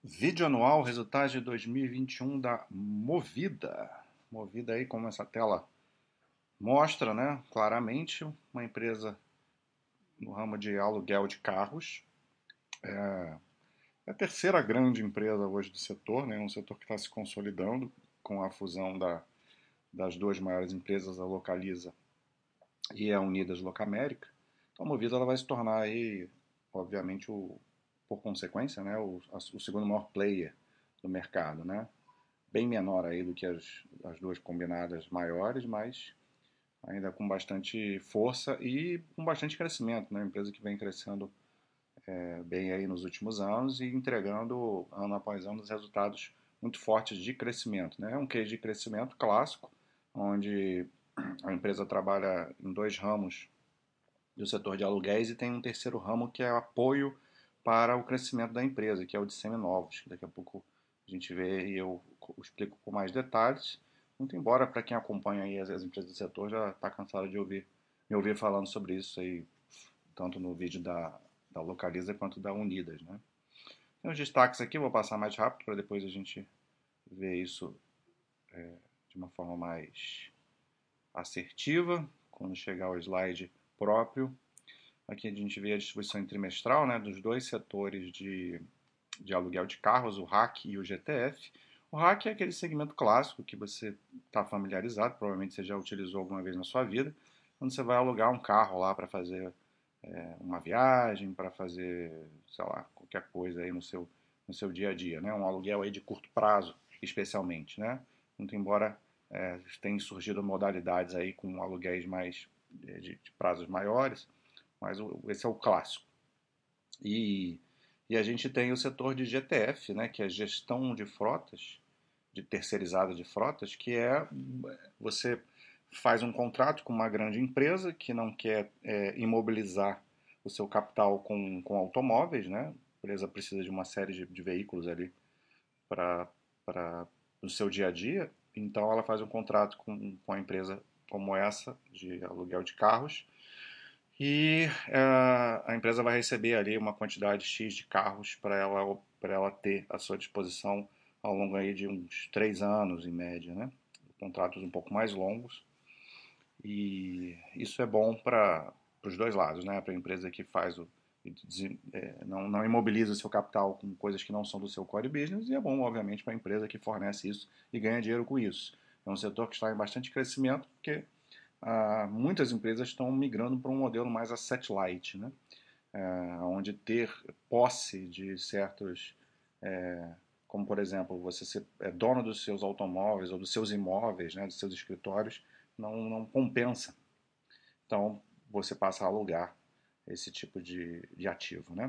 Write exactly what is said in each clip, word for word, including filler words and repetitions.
Vídeo anual, resultados de dois mil e vinte e um da Movida. Movida aí, como essa tela mostra, né, claramente, uma empresa no ramo de aluguel de carros. É a terceira grande empresa hoje do setor, né, um setor que está se consolidando com a fusão da, das duas maiores empresas, a Localiza e a Unidas Locamérica. Então a Movida ela vai se tornar aí, obviamente, o, por consequência, né, o, o segundo maior player do mercado, né? Bem menor aí do que as, as duas combinadas maiores, mas ainda com bastante força e com bastante crescimento, né? Uma empresa que vem crescendo é, bem aí nos últimos anos e entregando ano após ano os resultados muito fortes de crescimento, né? É um case de crescimento clássico, onde a empresa trabalha em dois ramos do setor de aluguéis e tem um terceiro ramo que é apoio para o crescimento da empresa, que é o de seminovos, que daqui a pouco a gente vê e eu explico com mais detalhes. Muito embora para quem acompanha aí as, as empresas do setor já está cansado de ouvir me ouvir falando sobre isso aí, tanto no vídeo da, da Localiza quanto da Unidas, né? Tem os destaques aqui, vou passar mais rápido para depois a gente ver isso de uma forma mais assertiva, quando chegar ao slide próprio. Aqui a gente vê a distribuição trimestral, né, dos dois setores de, de aluguel de carros, o R A C e o G T F. O R A C é aquele segmento clássico que você está familiarizado, provavelmente você já utilizou alguma vez na sua vida, quando você vai alugar um carro lá para fazer é, uma viagem, para fazer, sei lá, qualquer coisa aí no seu, no seu dia a dia, né? Um aluguel aí de curto prazo, especialmente, né? Muito embora é, tenham surgido modalidades aí com aluguéis mais de, de prazos maiores, mas o, esse é o clássico. E, e a gente tem o setor de G T F, né, que é gestão de frotas, de terceirizada de frotas, que é você faz um contrato com uma grande empresa que não quer é, imobilizar o seu capital com, com automóveis, né? A empresa precisa de uma série de, de veículos ali para o seu dia a dia, então ela faz um contrato com, com a empresa como essa, de aluguel de carros, e uh, a empresa vai receber ali uma quantidade X de carros para ela, para ela ter à sua disposição ao longo aí de uns três anos, em média, né? Contratos um pouco mais longos. E isso é bom para os dois lados, né? Para a empresa que faz o, é, não, não imobiliza o seu capital com coisas que não são do seu core business, e é bom, obviamente, para a empresa que fornece isso e ganha dinheiro com isso. É um setor que está em bastante crescimento, porque ah, muitas empresas estão migrando para um modelo mais asset light, né? É, onde ter posse de certos, é, como por exemplo, você ser é dono dos seus automóveis ou dos seus imóveis, né, dos seus escritórios, não, não compensa. Então, você passa a alugar esse tipo de, de ativo, né?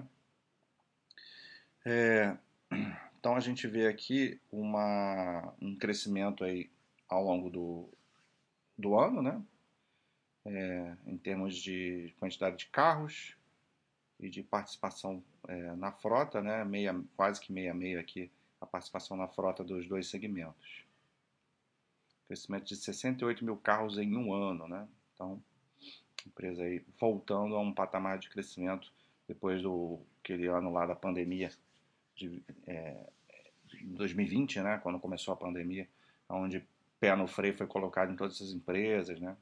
É, então, a gente vê aqui uma, um crescimento aí ao longo do, do ano, né? Em termos de quantidade de carros e de participação é, na frota, né? Meia, quase que meia meia aqui a participação na frota dos dois segmentos. Crescimento de sessenta e oito mil carros em um ano, né? Então, empresa aí voltando a um patamar de crescimento depois do aquele ano lá da pandemia de é, dois mil e vinte, né? Quando começou a pandemia, onde pé no freio foi colocado em todas essas empresas, né?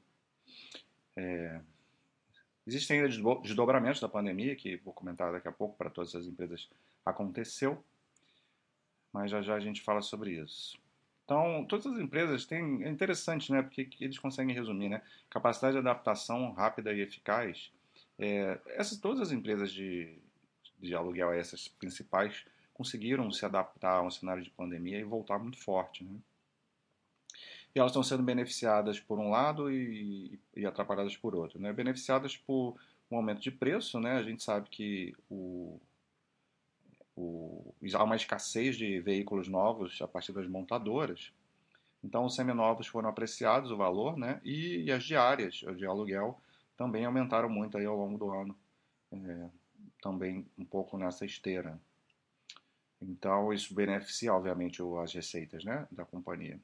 Existem ainda desdobramentos da pandemia, que vou comentar daqui a pouco, para todas as empresas aconteceu, mas já já a gente fala sobre isso. Então, todas as empresas têm, é interessante, né, porque eles conseguem resumir, né, capacidade de adaptação rápida e eficaz. É, essas, todas as empresas de, de aluguel, essas principais, conseguiram se adaptar a um cenário de pandemia e voltar muito forte, né? E elas estão sendo beneficiadas por um lado e, e atrapalhadas por outro, né? Beneficiadas por um aumento de preço, né? A gente sabe que o, o, há uma escassez de veículos novos a partir das montadoras. Então, os seminovos foram apreciados o valor, né? E, e as diárias de aluguel também aumentaram muito aí ao longo do ano, é, também um pouco nessa esteira. Então, isso beneficia, obviamente, as receitas, né, da companhia.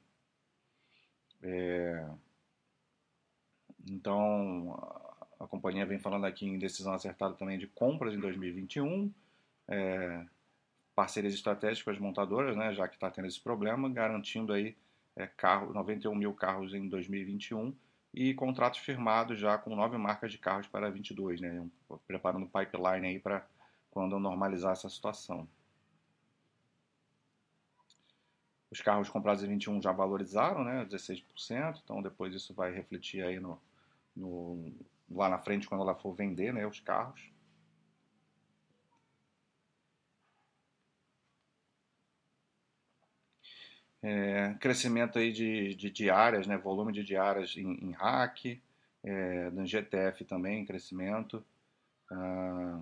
É, então, a, a companhia vem falando aqui em decisão acertada também de compras em dois mil e vinte e um, parcerias estratégicas com as montadoras, né, já que está tendo esse problema, garantindo aí é, carro, noventa e um mil carros em dois mil e vinte e um e contratos firmados já com nove marcas de carros para vinte e dois, né, preparando o pipeline aí para quando normalizar essa situação. Os carros comprados em vinte e um já valorizaram, né, dezesseis por cento, então depois isso vai refletir aí no, no, lá na frente quando ela for vender, né, os carros. É, crescimento aí de, de diárias, né, volume de diárias em, em rack, é, no G T F também crescimento. Ah,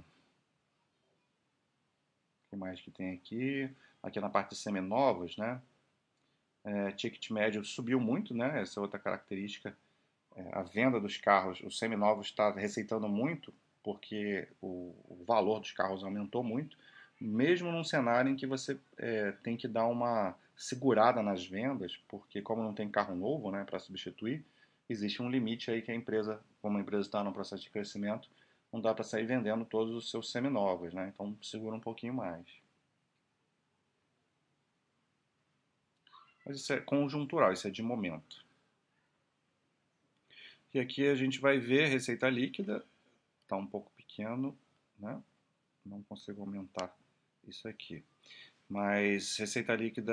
o que mais que tem aqui? Aqui na parte de seminovos, né? É, ticket médio subiu muito, né? Essa é outra característica. É, a venda dos carros, os seminovos está receitando muito porque o, o, valor dos carros aumentou muito, mesmo num cenário em que você é, tem que dar uma segurada nas vendas, porque como não tem carro novo, né, para substituir, existe um limite aí que a empresa, como a empresa está no processo de crescimento, não dá para sair vendendo todos os seus seminovos, né? Então segura um pouquinho mais. Mas isso é conjuntural, isso é de momento. E aqui a gente vai ver receita líquida, está um pouco pequeno, né? Não consigo aumentar isso aqui. Mas receita líquida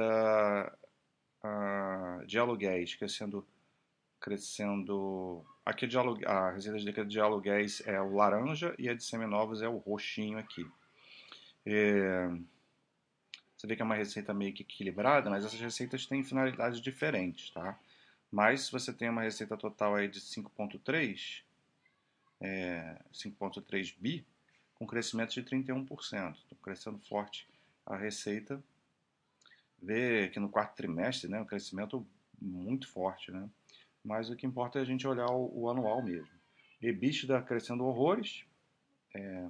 uh, de aluguéis crescendo, crescendo. Aqui de alugue... a receita líquida de aluguéis é o laranja e a de seminovos é o roxinho aqui. É... Você vê que é uma receita meio que equilibrada, mas essas receitas têm finalidades diferentes, tá? Mas se você tem uma receita total aí de cinco vírgula três, é, cinco vírgula três bi, com crescimento de trinta e um por cento. Então, crescendo forte a receita. Vê que no quarto trimestre, né, um crescimento muito forte, né? Mas o que importa é a gente olhar o, o anual mesmo. EBITDA crescendo horrores, é,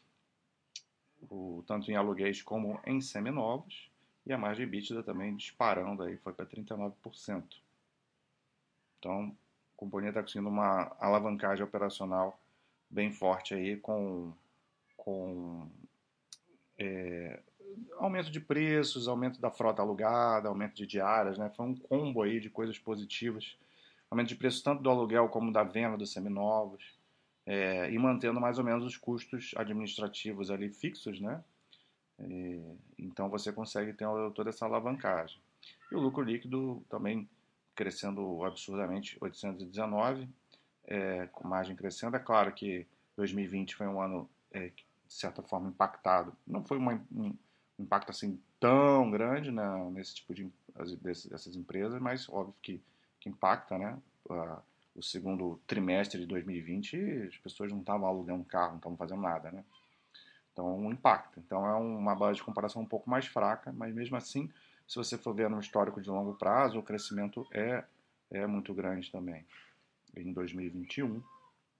o, tanto em aluguéis como em seminovos, e a margem EBITDA também disparando aí, foi para trinta e nove por cento. Então, a companhia está conseguindo uma alavancagem operacional bem forte aí com, com é, aumento de preços, aumento da frota alugada, aumento de diárias, né? Foi um combo aí de coisas positivas. Aumento de preço tanto do aluguel como da venda dos seminovos. É, e mantendo mais ou menos os custos administrativos ali fixos, né? É, então você consegue ter toda essa alavancagem. E o lucro líquido também crescendo absurdamente, oitocentos e dezenove, é, com margem crescendo. É claro que dois mil e vinte foi um ano, é, de certa forma, impactado. Não foi uma, um impacto assim tão grande, né, nesse tipo de dessas empresas, mas óbvio que, que impacta, né? Uh, o segundo trimestre de dois mil e vinte, as pessoas não estavam alugando carro, não estavam fazendo nada, né? Então, um impacto. Então, é uma base de comparação um pouco mais fraca, mas mesmo assim, se você for ver no histórico de longo prazo, o crescimento é, é muito grande também. Em dois mil e vinte e um,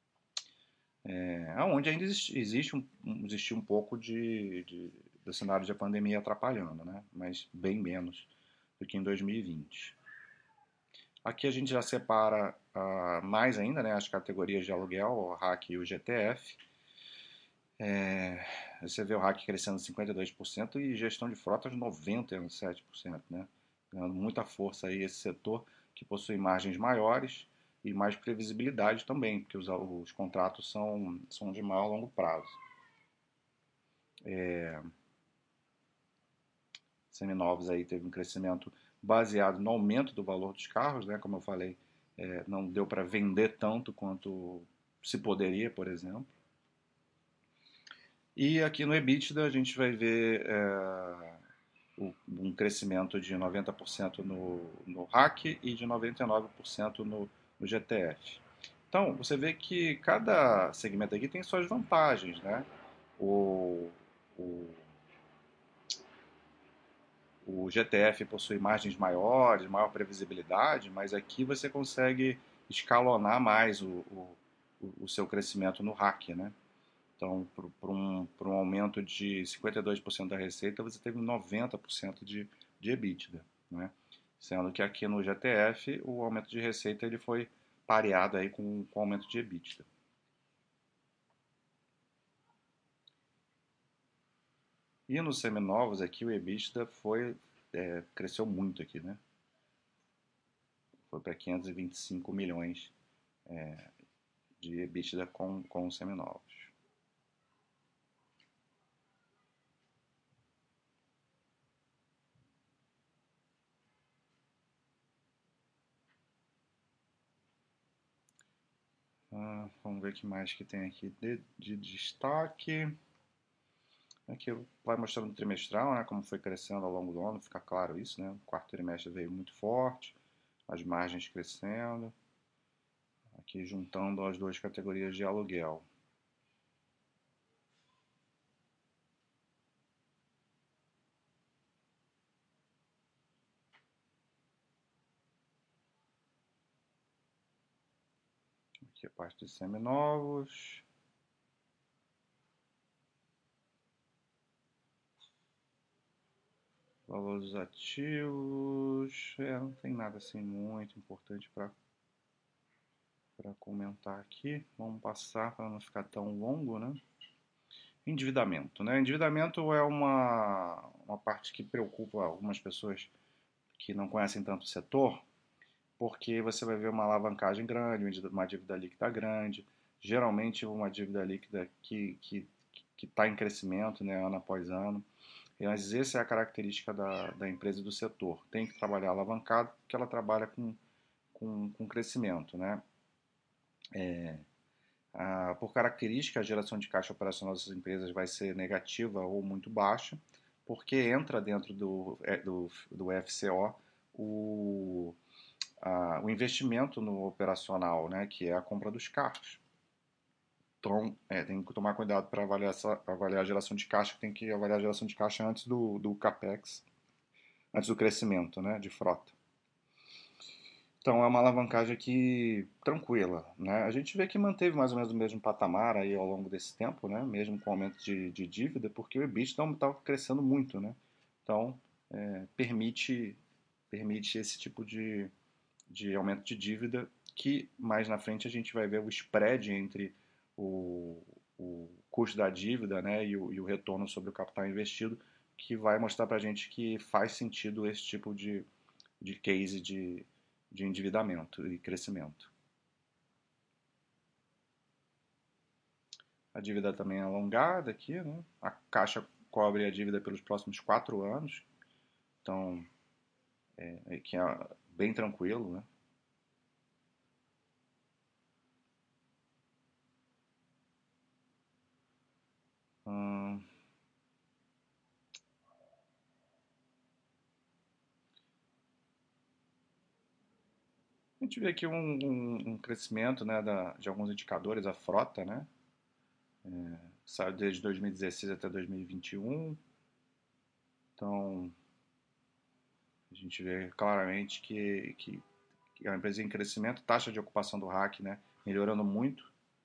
é, onde ainda existe, existe, um, existe um pouco de, de, do cenário de pandemia atrapalhando, né? Mas bem menos do que em dois mil e vinte. Aqui a gente já separa uh, mais ainda, né, as categorias de aluguel, o rack e o G T F. É, você vê o rack crescendo cinquenta e dois por cento e gestão de frotas noventa e sete por cento, né? Ganhando muita força aí esse setor que possui margens maiores e mais previsibilidade também, porque os, os contratos são, são de maior a longo prazo. É, seminovos aí teve um crescimento baseado no aumento do valor dos carros, né? Como eu falei, é, não deu para vender tanto quanto se poderia, por exemplo. E aqui no EBITDA a gente vai ver é, um crescimento de noventa por cento no, no rack e de noventa e nove por cento no, no G T F. Então, você vê que cada segmento aqui tem suas vantagens, né? O, o, o G T F possui margens maiores, maior previsibilidade, mas aqui você consegue escalonar mais o, o, o seu crescimento no rack, né? Então, para um, um aumento de cinquenta e dois por cento da receita, você teve noventa por cento de, de EBITDA, né? Sendo que aqui no G T F o aumento de receita ele foi pareado aí com, com o aumento de EBITDA. E nos seminovos aqui o EBITDA foi, é, cresceu muito aqui, né? Foi para quinhentos e vinte e cinco milhões de EBITDA com, com os seminovos. Ah, vamos ver o que mais que tem aqui de, de destaque. Aqui vai mostrando o trimestral, né, como foi crescendo ao longo do ano, fica claro isso, né? O quarto trimestre veio muito forte, as margens crescendo. Aqui juntando as duas categorias de aluguel. Aqui a parte de seminovos. Valores ativos. É, não tem nada assim muito importante para para comentar aqui. Vamos passar para não ficar tão longo, né? Endividamento, né? Endividamento é uma, uma parte que preocupa algumas pessoas que não conhecem tanto o setor, porque você vai ver uma alavancagem grande, uma dívida líquida grande, geralmente uma dívida líquida que que que está em crescimento, né, ano após ano. Mas essa é a característica da, da empresa e do setor. Tem que trabalhar alavancado, porque ela trabalha com, com, com crescimento, né? Ah, por característica, a geração de caixa operacional dessas empresas vai ser negativa ou muito baixa, porque entra dentro do, é, do, do F C O o, a, o investimento no operacional, né, que é a compra dos carros. Então, é, tem que tomar cuidado para avaliar, essa, avaliar a geração de caixa, tem que avaliar a geração de caixa antes do, do CAPEX, antes do crescimento, né, de frota. Então é uma alavancagem aqui tranquila, né? A gente vê que manteve mais ou menos o mesmo patamar aí ao longo desse tempo, né? Mesmo com o aumento de, de dívida, porque o EBITDA não estava crescendo muito, né? Então é, permite permite esse tipo de, de aumento de dívida que mais na frente a gente vai ver o spread entre o, o custo da dívida, né? E o, e o retorno sobre o capital investido, que vai mostrar para a gente que faz sentido esse tipo de, de case de de endividamento e crescimento. A dívida também é alongada aqui, né? A Caixa cobre a dívida pelos próximos quatro anos, então é, é que é bem tranquilo, né? Hum, a gente vê aqui um, um, um crescimento, né, da, de alguns indicadores, a frota, né? Saiu desde dois mil e dezesseis até dois mil e vinte e um, então a gente vê claramente que, que, que é uma empresa em crescimento, taxa de ocupação do RAC, né, melhorando muito.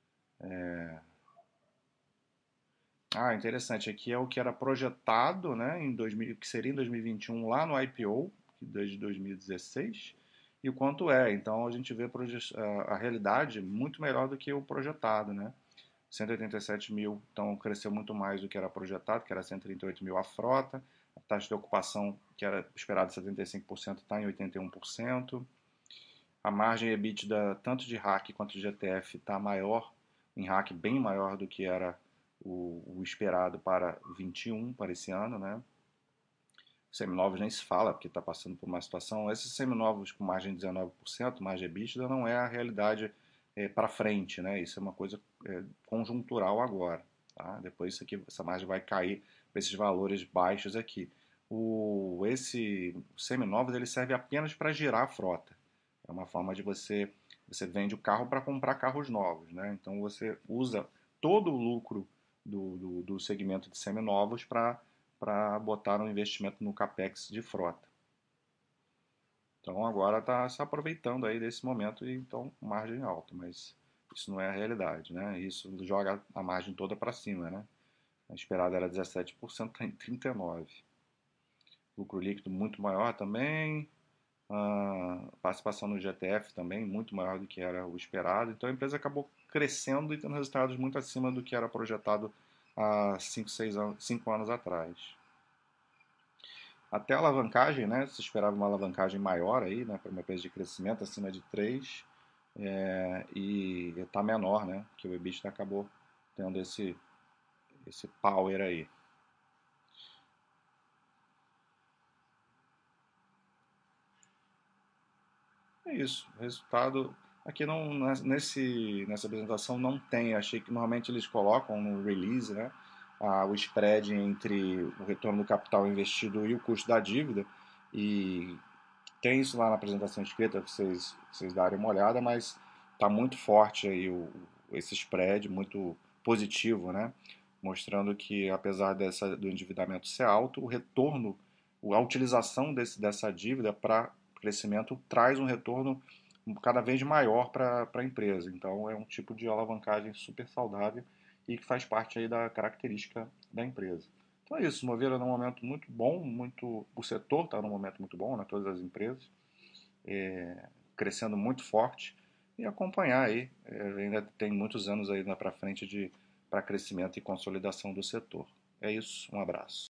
Ah, interessante. Aqui é o que era projetado, né, em dois mil, que seria em dois mil e vinte e um lá no I P O, desde dois mil e dezesseis, e o quanto é. Então a gente vê a, a realidade muito melhor do que o projetado, né? cento e oitenta e sete mil, então cresceu muito mais do que era projetado, que era cento e trinta e oito mil a frota. A taxa de ocupação, que era esperada setenta e cinco por cento, está em oitenta e um por cento. A margem EBITDA, tanto de RAC quanto de G T F, está maior, em RAC bem maior do que era o, o esperado para vinte e um, para esse ano, né? Seminovos nem se fala, porque está passando por uma situação. Esses seminovos com margem de dezenove por cento, margem EBITDA, não é a realidade é, para frente, né? Isso é uma coisa é, conjuntural agora. Tá? Depois isso aqui, essa margem vai cair para esses valores baixos aqui. O, esse seminovos ele serve apenas para girar a frota. É uma forma de você você vende o carro para comprar carros novos, né? Então você usa todo o lucro do, do, do segmento de seminovos para para botar um investimento no capex de frota. Então agora está se aproveitando aí desse momento e então margem alta, mas isso não é a realidade, né? Isso joga a margem toda para cima, né? A esperada era dezessete por cento, está em trinta e nove por cento. Lucro líquido muito maior também, a participação no G T F também muito maior do que era o esperado. Então a empresa acabou crescendo e tendo resultados muito acima do que era projetado há cinco, seis anos, cinco anos atrás. Até a alavancagem, né? Se esperava uma alavancagem maior aí, né? Para uma empresa de crescimento acima de três, é, e está menor, né? Que o EBITDA acabou tendo esse, esse power aí. É isso. O resultado aqui não nesse nessa apresentação não tem. Achei que normalmente eles colocam no release, né? A, o spread entre o retorno do capital investido e o custo da dívida. E tem isso lá na apresentação escrita para vocês, vocês darem uma olhada, mas está muito forte aí o, esse spread, muito positivo, né? Mostrando que apesar dessa, do endividamento ser alto, o retorno, a utilização desse, dessa dívida para crescimento traz um retorno cada vez maior para a empresa. Então é um tipo de alavancagem super saudável e que faz parte aí da característica da empresa. Então é isso, Moveira num momento muito bom, muito o setor está num momento muito bom, né, todas as empresas, é, crescendo muito forte e acompanhar aí, é, ainda tem muitos anos aí para frente de para crescimento e consolidação do setor. É isso, um abraço.